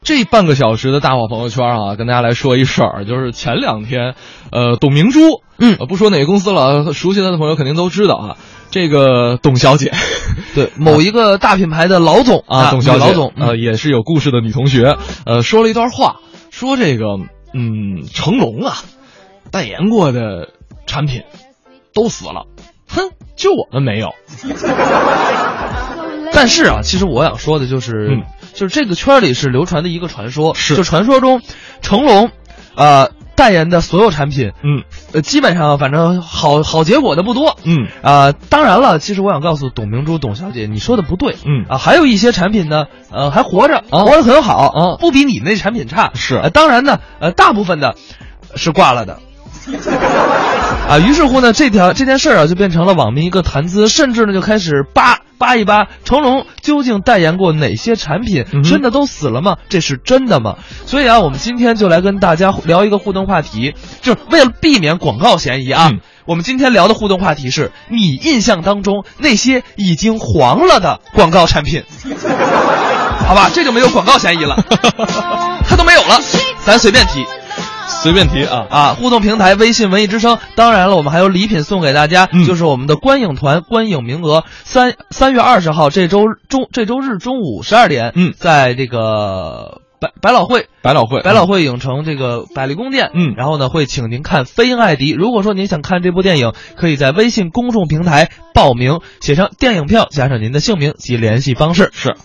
这半个小时的大话朋友圈啊，跟大家来说一事儿，就是前2天，董明珠，不说哪个公司了，熟悉他的朋友肯定都知道啊。这个董小姐， 对，某一个大品牌的老总啊，董小姐， 老总， 也是有故事的女同学，说了一段话，说这个，成龙啊，代言过的产品都死了，哼，就我们没有。 但是啊，其实我想说的就是，就是这个圈里是流传的一个传说，就传说中，成龙，代言的所有产品，基本上反正好结果的不多，当然了，其实我想告诉董明珠董小姐，你说的不对，还有一些产品呢，还活着，活得很好，不比你那产品差， 是， 当然呢，大部分的是挂了的。于是乎呢，这件事啊，就变成了网民一个谈资，甚至呢就开始扒一扒成龙究竟代言过哪些产品，真的都死了吗？这是真的吗？所以啊，我们今天就来跟大家聊一个互动话题，就是为了避免广告嫌疑啊，我们今天聊的互动话题是你印象当中那些已经黄了的广告产品。好吧，这就没有广告嫌疑了，它都没有了，咱随便提。互动平台微信文艺之声，当然了，我们还有礼品送给大家，就是我们的观影团观影名额，3月20号这周日中午12点，在这个百老汇影城这个百丽宫殿，然后呢会请您看《飞鹰艾迪》。如果说您想看这部电影，可以在微信公众平台报名，写上电影票，加上您的姓名及联系方式。 是。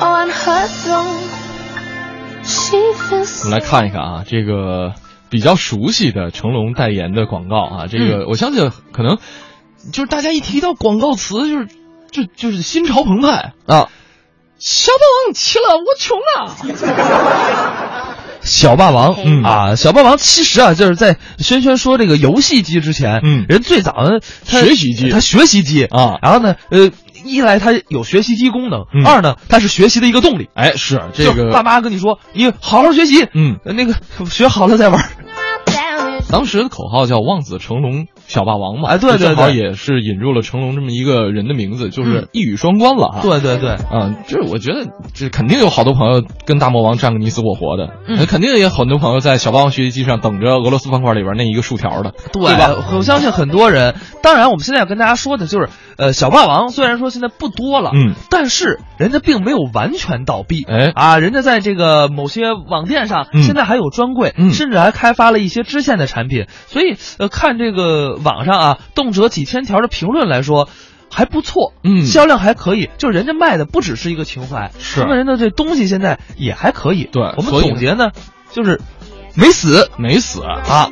我们来看一看啊，这个比较熟悉的成龙代言的广告啊，这个我相信可能就是大家一提到广告词，就是心潮澎湃啊。小霸王齐了，我穷了。 小霸王，小霸王其实啊，就是在轩说这个游戏机之前，人最早呢，他学习机啊，然后呢，一来它有学习机功能，二呢它是学习的一个动力。 哎，是这个爸妈跟你说，你好好学习，那个学好了再玩。 当时的口号叫望子成龙小霸王嘛， 哎，对， 正好也是引入了成龙这么一个人的名字，就是一语双关了哈。 对， 这我觉得这肯定有好多朋友跟大魔王战个你死我活的，肯定也有很多朋友在小霸王学习机上等着俄罗斯方块里边那一个竖条的，对吧？ 我相信很多人。当然，我们现在要跟大家说的就是，小霸王虽然说现在不多了，但是人家并没有完全倒闭，人家在这个某些网店上现在还有专柜，甚至还开发了一些支线的产品，所以看这个网上啊，动辄几千条的评论来说还不错，销量还可以，就是人家卖的不只是一个情怀， 是人的这东西现在也还可以。 对， 我们总结呢，就是没死啊。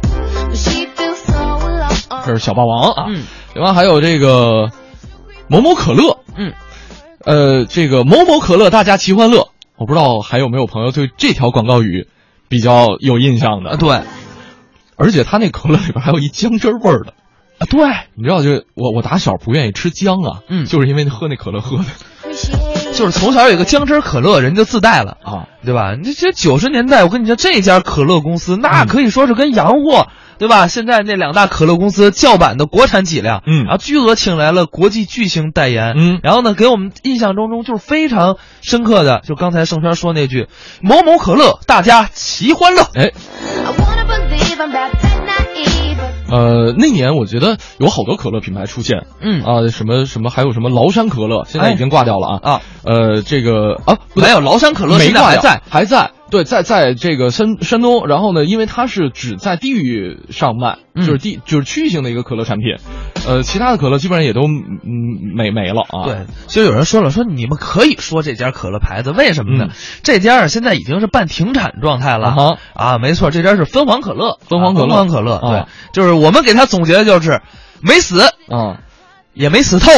这是小霸王啊，另外还有这个某某可乐，这个某某可乐大家齐欢乐，我不知道还有没有朋友对这条广告语比较有印象的。 对， 而且他那可乐里边还有一姜汁味儿的啊。对， 你知道，就我打小不愿意吃姜啊，就是因为喝那可乐喝的， 就是从小有一个姜汁可乐，人就自带了啊，对吧？你这90年代，我跟你说，这家可乐公司那可以说是跟洋货，对吧？现在那2大可乐公司叫板的国产脊梁，然后巨额请来了国际巨星代言，然后呢，给我们印象中就是非常深刻的，就刚才盛轩说那句“某某可乐，大家齐欢乐”。 哎，那年我觉得有好多可乐品牌出现，什么还有什么崂山可乐，现在已经挂掉了啊，这个没有崂山可乐， 没挂掉， 还在。 对，在这个山东，然后呢，因为它是只在地域上卖，就是区域性的一个可乐产品，其他的可乐基本上也都没了啊。 对，就有人说了，说你们可以说这家可乐牌子，为什么呢？这家现在已经是半停产状态了没错，这家是芬煌可乐， 芬煌可乐，对，就是我们给他总结的就是没死也没死透。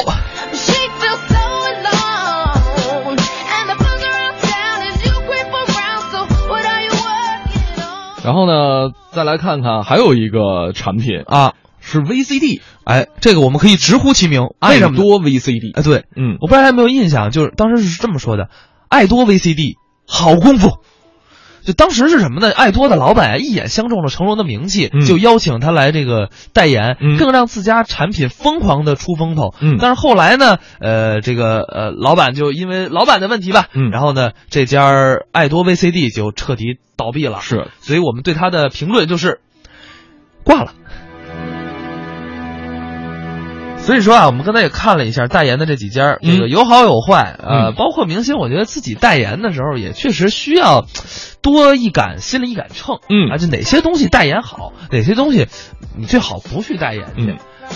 然后呢，再来看看还有一个产品是 VCD， 这个我们可以直呼其名， 爱多 VCD， 对，我不知道大家有没有印象，就是当时是这么说的，爱多 VCD 好功夫， 就当时是什么呢？爱多的老板啊，一眼相中了成龙的名气，就邀请他来这个代言，更让自家产品疯狂的出风头。但是后来呢，老板就因为老板的问题吧，然后呢，这家爱多 VCD 就彻底倒闭了。 是， 所以我们对他的评论就是挂了。所以说啊，我们刚才也看了一下代言的这几家，这个有好有坏，包括明星，我觉得自己代言的时候也确实需要多一杆心里一杆秤，就哪些东西代言好，哪些东西你最好不去代言去。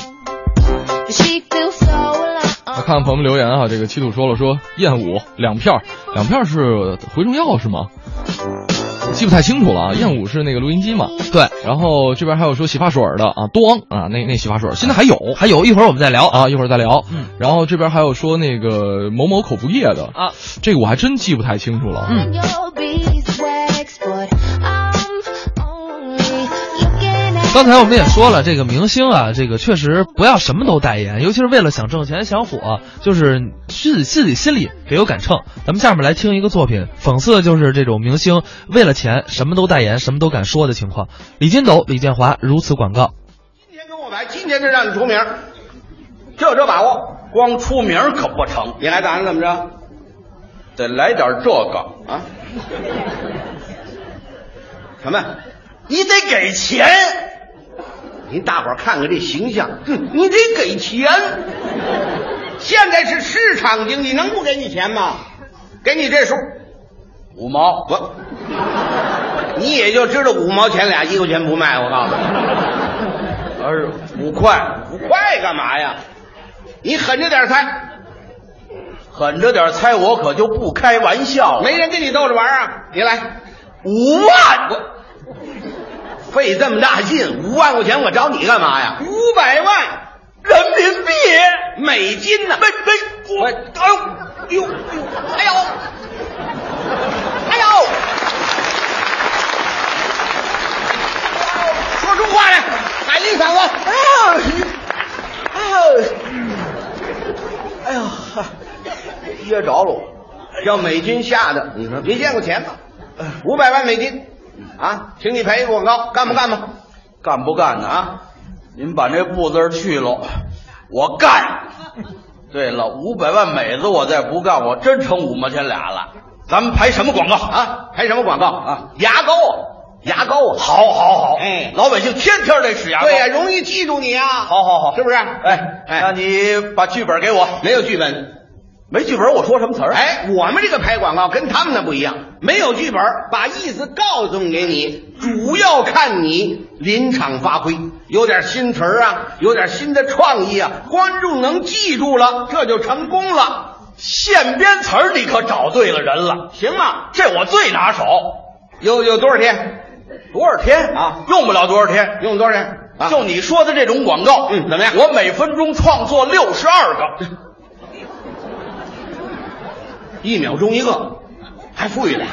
来看看朋友们留言啊，这个七土说了说燕舞2片是回虫药是吗？记不太清楚了啊，燕舞是那个录音机嘛？ 对。 然后这边还有说洗发水的啊，多昂啊，那洗发水现在还有， 一会儿我们再聊啊，一会儿再聊。然后这边还有说那个某某口服液的啊，这个我还真记不太清楚了。 刚才我们也说了，这个明星啊，这个确实不要什么都代言，尤其是为了想挣钱想火，就是自己心里得有杆秤。咱们下面来听一个作品，讽刺的就是这种明星为了钱什么都代言，什么都敢说的情况。李金斗、李建华如此广告： 今天跟我来，今天就让你出名，这把握。 光出名可不成， 你还打算怎么着？ 得来点这个啊？什么？ 你得给钱。 您大伙儿看看这形象，你得给钱。现在是市场经济，能不给你钱吗？给你这数 ，5毛。 不，你也就知道5毛钱俩，1块钱不卖。我告诉你， 而5块 ，5块干嘛呀？你狠着点猜， 狠着点猜，我可就不开玩笑了。 没人跟你逗着玩啊！你来 ，5万。 费这么大劲，5万块钱我找你干嘛呀？500万人民币、 美金呢？ 我哎呦， 说出话来，喊一嗓子！ 哎呀，噎着了我。 要美金吓的，你说没见过钱吗？500万美金。啊，请你赔一个广告，干不干吧？ 干不干呢？啊，您把那不字去了，我干。对了，500万美子我再不干，我真成5毛钱俩了。咱们拍什么广告啊？拍什么广告啊？牙膏啊，牙膏啊！ 好， 哎， 老百姓天天得使牙膏。 对呀，容易记住你啊。 好， 是不是？ 哎，那你把剧本给我。 没有剧本。 没剧本我说什么词儿？ 哎，我们这个拍广告跟他们的不一样，没有剧本，把意思告诉给你，主要看你临场发挥，有点新词儿啊，有点新的创意啊，观众能记住了，这就成功了。 现编词儿你可找对了人了， 行吗？ 这我最拿手。 有多少天？ 多少天啊？ 用不了多少天， 用多少天？啊， 就你说的这种广告， 怎么样？ 我每分钟创作62个。 1秒钟一个，还富裕俩。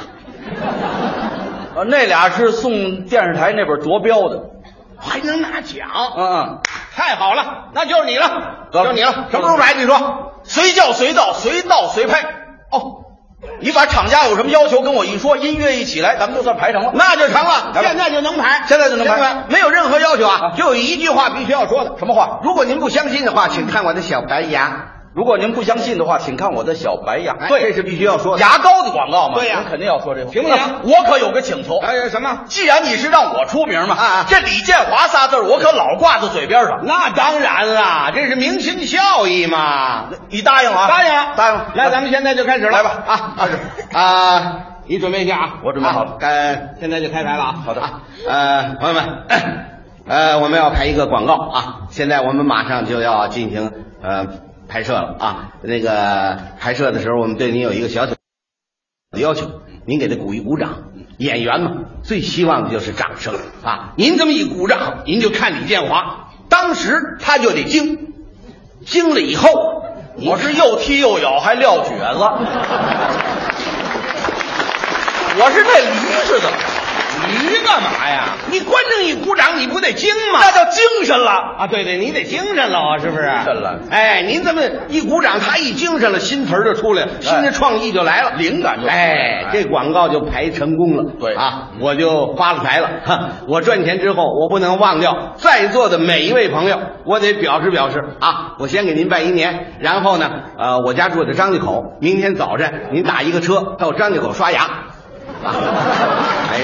那俩是送电视台那边夺标的， 还能拿奖。太好了，那就是你了，就是你了。什么时候拍？你说随叫随到，随到随拍。哦，你把厂家有什么要求跟我一说，音乐一起来，咱们就算排成了， 那就成了。现在就能排， 现在就能排， 没有任何要求啊，就有一句话必须要说的。 什么话？ 如果您不相信的话，请看我的小白牙。 如果您不相信的话，请看我的小白牙。 对，这是必须要说的。 牙膏的广告嘛， 对呀， 您肯定要说这话， 行不行？ 我可有个请求。 什么？ 既然你是让我出名嘛，这李建华仨字我可老挂在嘴边上。 那当然了，这是明星效益嘛。 你答应了？ 答应了， 答应了。 来，咱们现在就开始了。 来吧， 开始啊！你准备一下啊， 我准备好了。 现在就开拍了啊。 好的。 朋友们，我们要拍一个广告啊！现在我们马上就要进行拍摄了啊！那个拍摄的时候，我们对您有一个小小的要求，您给他鼓一鼓掌。演员嘛，最希望的就是掌声啊！您这么一鼓掌，您就看李建华，当时他就得惊了以后， 我是又踢又咬还撂蹶子，我是那驴似的。 鱼干嘛呀？你观众一鼓掌，你不得精吗？ 那叫精神了啊！对，你得精神了，是不是？ 精神了。 哎，您这么一鼓掌，他一精神了，新词儿就出来了，新的创意就来了， 灵感就出来了。 哎，这广告就排成功了。 对啊，我就发了财了。哈，我赚钱之后，我不能忘掉在座的每一位朋友，我得表示表示啊！我先给您拜一年，然后呢，我家住在张家口，明天早晨您打一个车到张家口刷牙。啊，哎。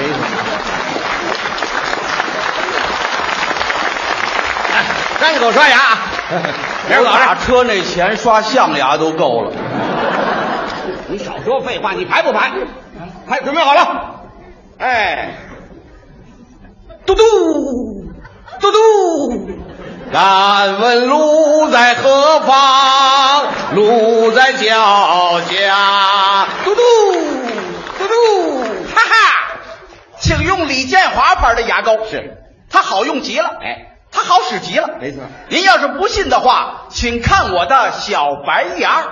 张家口刷牙啊！ 我打车那钱刷象牙都够了。 你少说废话，你排不排？排，准备好了。哎，嘟嘟嘟嘟，敢问路在何方？路在脚下。嘟嘟嘟嘟， 哈哈，请用李建华牌的牙膏， 是它好用极了。 哎。 它好使极了， 没错。 您要是不信的话，请看我的小白牙。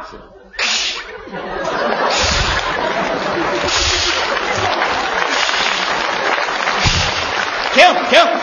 停，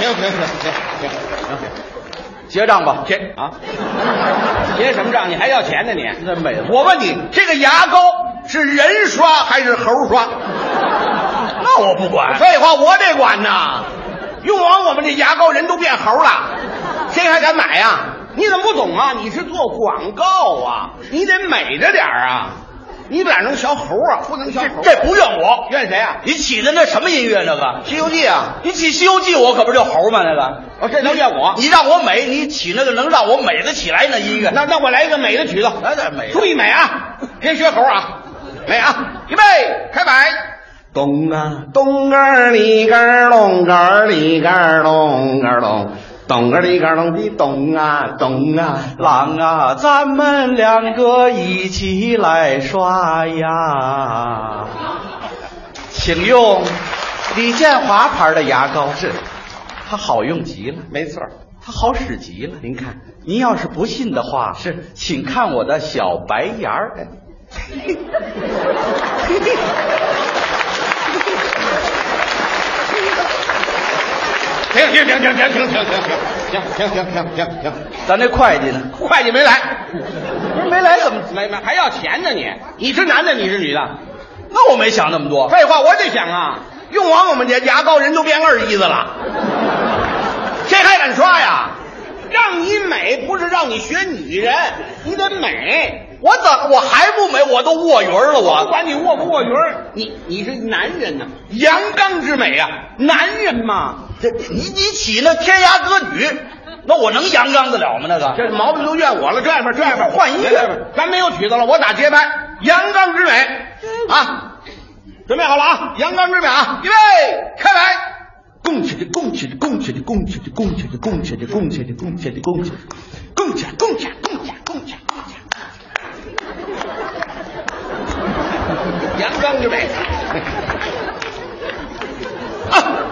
结账吧， 结啊！结什么账？你还要钱呢你？ 这美。 我问你，这个牙膏是人刷还是猴刷？ 那我不管。 废话，我得管呐！用完我们这牙膏，人都变猴了，谁还敢买呀？你怎么不懂啊？你是做广告啊，你得美着点啊！你哪能小猴啊？不能小猴。 这不怨我， 怨谁啊？ 你起的那什么音乐？那个《 西游记》啊？ 你起《西游记》，我可不是叫猴吗？那个哦，这能怨我？ 你让我美，你起那个能让我美得起来那音乐。 那我来一个美的曲子， 来点美。 注意美啊，别学猴啊！美啊！预备，开摆。咚啊咚个里个隆个里个隆个隆，咚个里个隆的咚啊咚啊， 郎啊，咱们两个一起来刷牙，请用李建华牌的牙膏，是它好用极了， 没错， 它好使极了。 您看， 您要是不信的话， 是请看我的小白牙儿。 停， 咱这会计呢？ 会计没来， 没来怎么没还要钱呢？你是男的，你是女的？ 那我没想那么多。 废话，我得想啊！用完我们这牙膏，人都变二姨子了，谁还敢刷呀？让你美不是让你学女人，你得美。 我还不美，我都卧云了。我不管你卧不卧云，你是男人呐，阳刚之美啊，男人嘛。 你起那天涯歌女，那我能阳刚得了吗？那个这毛病都怨我了。这样吧，换音乐，咱没有曲子了，我打节拍，阳刚之美啊！准备好了啊，阳刚之美啊，预备，开摆。拱起的拱起的拱起的拱起的拱起的拱起的拱起的拱起的拱起拱起拱起拱起拱起，阳刚之美啊！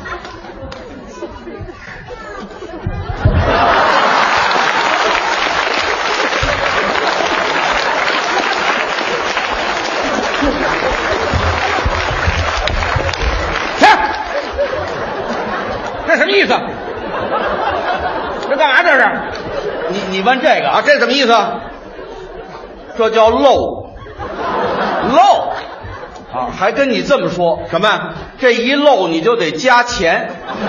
这什么意思？这干嘛？这是？ 你问这个啊？这什么意思？ 这叫漏啊！还跟你这么说什么？ 这一漏你就得加钱。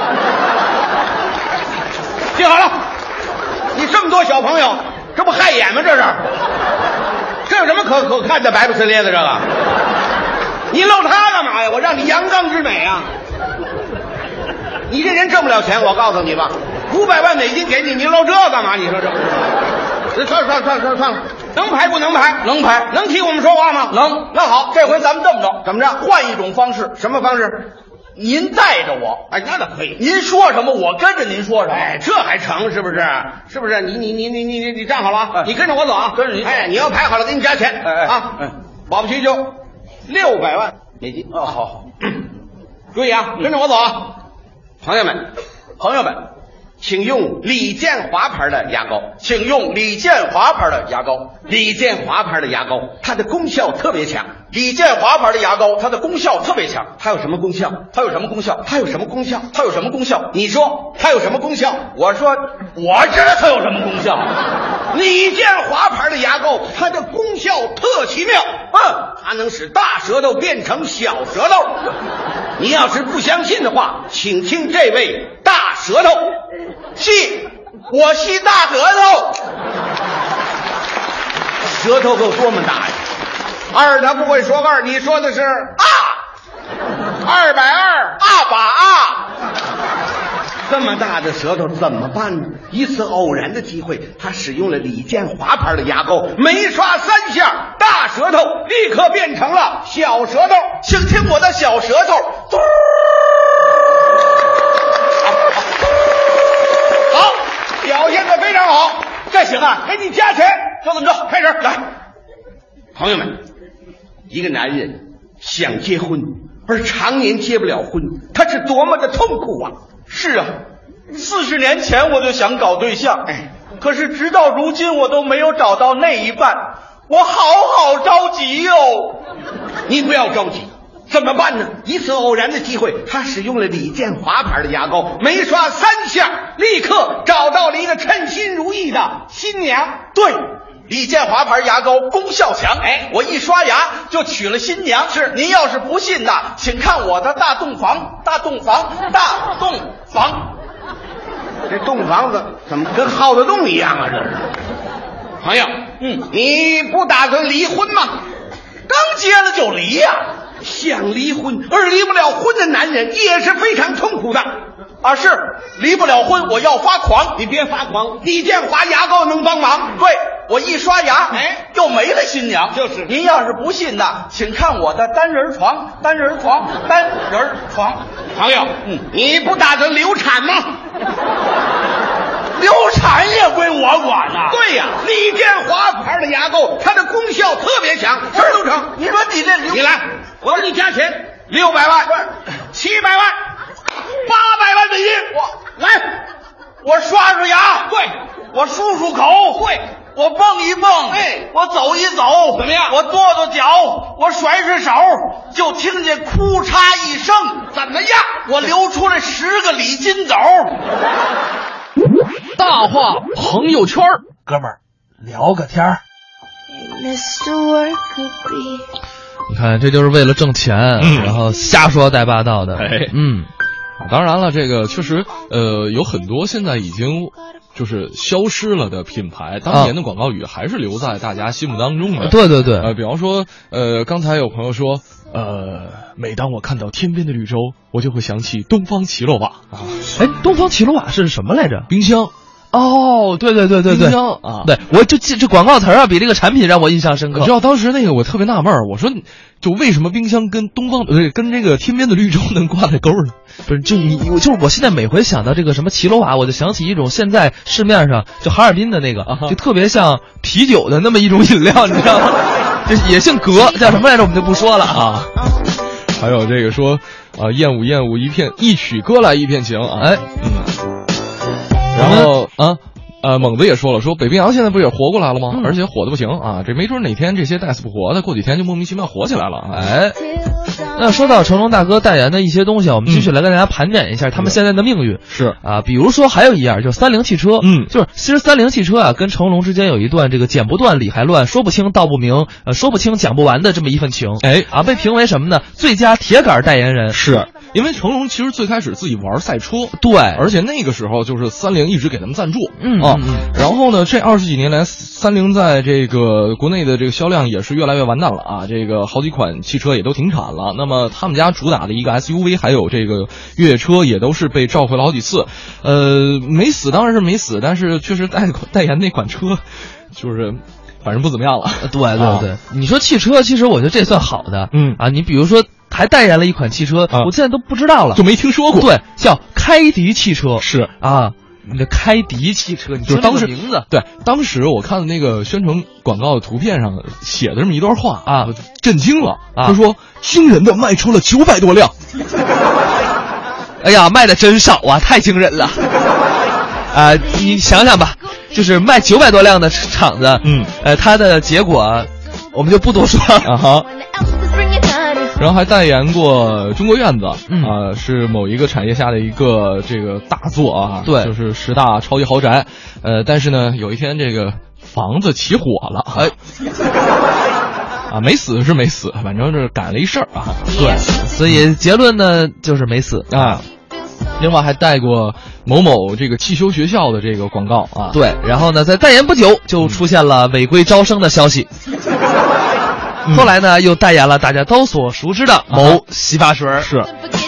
听好了，你这么多小朋友，这不害眼吗？这有什么可看的？白不呲咧的这个，你漏他干嘛呀？我让你阳刚之美啊！你这人挣不了钱，我告诉你吧，500万美金给你，你漏这干嘛？你说这？算了，能排不能排？ 能排， 能替我们说话吗？ 能。 那好， 这回咱们这么着， 怎么着？ 换一种方式。 什么方式？ 您带着我， 哎，那倒可以。 您说什么，我跟着您说什么。 哎，这还成是不是？是不是？你站好了啊！ 哎， 你跟着我走啊！ 跟着你走。 哎，你要排好了，给你加钱。保不齐就600万美金。 哦，好。 注意啊，跟着我走啊！朋友们， 请用李建华牌的牙膏， 请用李建华牌的牙膏。 李建华牌的牙膏，它的功效特别强。 李建华牌的牙膏，它的功效特别强。 它有什么功效？ 它有什么功效？ 它有什么功效？ 它有什么功效？ 你说它有什么功效？ 我说我知道它有什么功效。 李建华牌的牙膏，它的功效特奇妙。它能使大舌头变成小舌头。你要是不相信的话，请听这位大舌头。 我吸大舌头。 舌头够多么大呀？二他不会说二，你说的是220 把啊。 这么大的舌头怎么办呢？一次偶然的机会，他使用了李建华牌的牙膏，没刷3下，大舌头立刻变成了小舌头。 请听我的小舌头。 好，表现得非常好，这行啊，给你加钱。 就这么着， 开始来。朋友们，一个男人想结婚而常年结不了婚，他是多么的痛苦啊！ 是啊，40年前我就想搞对象，可是直到如今我都没有找到那一半，我好着急哟。 你不要着急，怎么办呢？一次偶然的机会，他使用了李建华牌的牙膏，没刷3下，立刻找到了一个称心如意的新娘。 对，李建华牌牙膏功效强，我一刷牙就娶了新娘。 是， 您要是不信呐，请看我的大洞房。 这洞房子怎么跟耗子洞一样啊？这是。朋友，你不打算离婚吗？ 刚结了就离呀。 想离婚而离不了婚的男人也是非常痛苦的。 是离不了婚，我要发狂。 你别发狂，李建华牙膏能帮忙。 对，我一刷牙，又没了新娘。 就是， 您要是不信呐，请看我的单人床。 朋友，你不打算流产吗？ 流产也归我管呐。 对呀，李建华牌的牙膏，它的功效特别强，事儿都成。 你说你这你来，我给你加钱，600万、700万、800万美金。来， 我刷刷牙， 对， 我漱漱口， 对， 我蹦一蹦，我走一走， 怎么样？ 我跺跺脚，我甩甩手，就听见哭嚓一声， 怎么样？ 我流出来10个李金斗。 大话朋友圈，哥们儿聊个天儿。你看，这就是为了挣钱，然后瞎说带霸道的。 当然了，这个确实有很多现在已经就是消失了的品牌，当年的广告语还是留在大家心目当中的。 对对对， 比方说刚才有朋友说每当我看到天边的绿洲，我就会想起东方奇洛瓦啊。 东方奇洛瓦是什么来着？ 冰箱。 哦，对， 冰箱啊， 对，我就记这广告词啊，比这个产品让我印象深刻。 你知道当时那个我特别纳闷，我说就为什么冰箱跟跟这个天边的绿洲能挂在钩呢？ 不是，就是我现在每回想到这个什么奇洛瓦，我就想起一种现在市面上就哈尔滨的那个，就特别像啤酒的那么一种饮料，你知道吗？这也姓格，叫什么来着？我们就不说了啊。 还有这个说燕舞一曲歌来一片情啊，然后猛子也说了，说北冰洋现在不也活过来了吗？而且火的不行啊，这没准哪天这些带死不活的，过几天就莫名其妙火起来了。 那说到成龙大哥代言的一些东西，我们继续来跟大家盘点一下他们现在的命运。 是啊，比如说还有一样，就是三菱汽车。就是其实三菱汽车啊，跟成龙之间有一段这个剪不断理还乱，说不清道不明，说不清讲不完的这么一份情。被评为什么呢？最佳铁杆代言人。 是因为成龙其实最开始自己玩赛车， 对， 而且那个时候就是三菱一直给他们赞助。然后呢，这20几年来，三菱在这个国内的这个销量也是越来越完蛋了啊，这个好几款汽车也都停产了。那么他们家主打的一个 SUV 还有这个越野车也都是被召回了好几次。没死当然是没死，但是确实代言那款车就是反正不怎么样了。 对，你说汽车，其实我觉得这算好的。你比如说还代言了一款汽车，我现在都不知道了， 就没听说过。 对，叫开迪汽车。 是啊，你的开迪汽车，你就当时名字。 对，当时我看的那个宣传广告的图片上写的这么一段话啊，震惊了。他说惊人的卖出了900多辆。 哎呀，卖的真少啊，太惊人了。 你想想吧，就是卖900多辆的厂子，它的结果我们就不多说了啊哈。然后还代言过中国院子，是某一个产业下的一个这个大作啊， 对， 就是10大超级豪宅，但是呢，有一天这个房子起火了，没死是没死，反正是赶了一事儿啊， 对，所以结论呢就是没死啊。另外还带过某某这个汽修学校的这个广告啊， 对，然后呢，在代言不久就出现了违规招生的消息。后来呢，又代言了大家都所熟知的某洗发水， 是。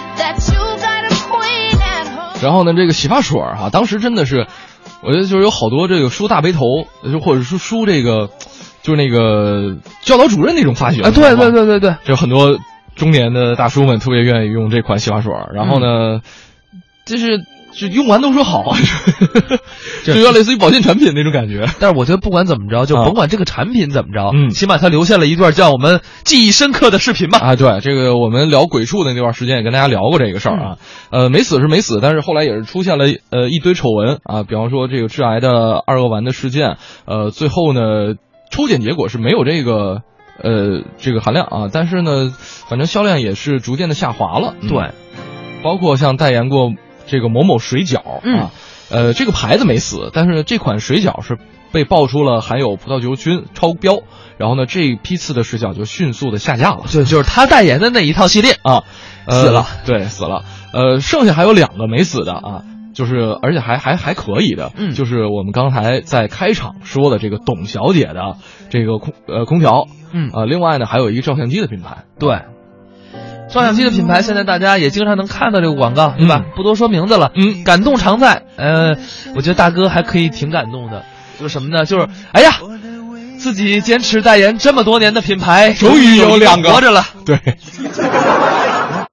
然后呢，这个洗发水当时真的是，我觉得就是有好多这个梳大背头，或者是梳这个，就是那个教导主任那种发型啊，对， 就很多中年的大叔们特别愿意用这款洗发水。然后呢，就用完都说好，就有点类似于保健产品那种感觉。 但是我觉得不管怎么着，就甭管这个产品怎么着，起码它留下了一段叫我们记忆深刻的视频吧。 啊，对，这个我们聊鬼畜的那段时间也跟大家聊过这个事儿啊。没死是没死，但是后来也是出现了一堆丑闻啊，比方说这个致癌的2恶丸的事件，最后呢抽检结果是没有这个含量啊，但是呢，反正销量也是逐渐的下滑了。 对， 包括像代言过这个某某水饺啊，这个牌子没死，但是这款水饺是被爆出了含有葡萄球菌超标，然后呢，这批次的水饺就迅速的下架了。 就是他代言的那一套系列啊， 死了， 对，死了。剩下还有2个没死的啊，就是而且还可以的，就是我们刚才在开场说的这个董小姐的这个空调，另外呢还有一个照相机的品牌， 对。照相机的品牌，现在大家也经常能看到这个广告，对吧？不多说名字了。感动常在。我觉得大哥还可以挺感动的，就是什么呢？就是哎呀，自己坚持代言这么多年的品牌， 终于有2个活着了。 对。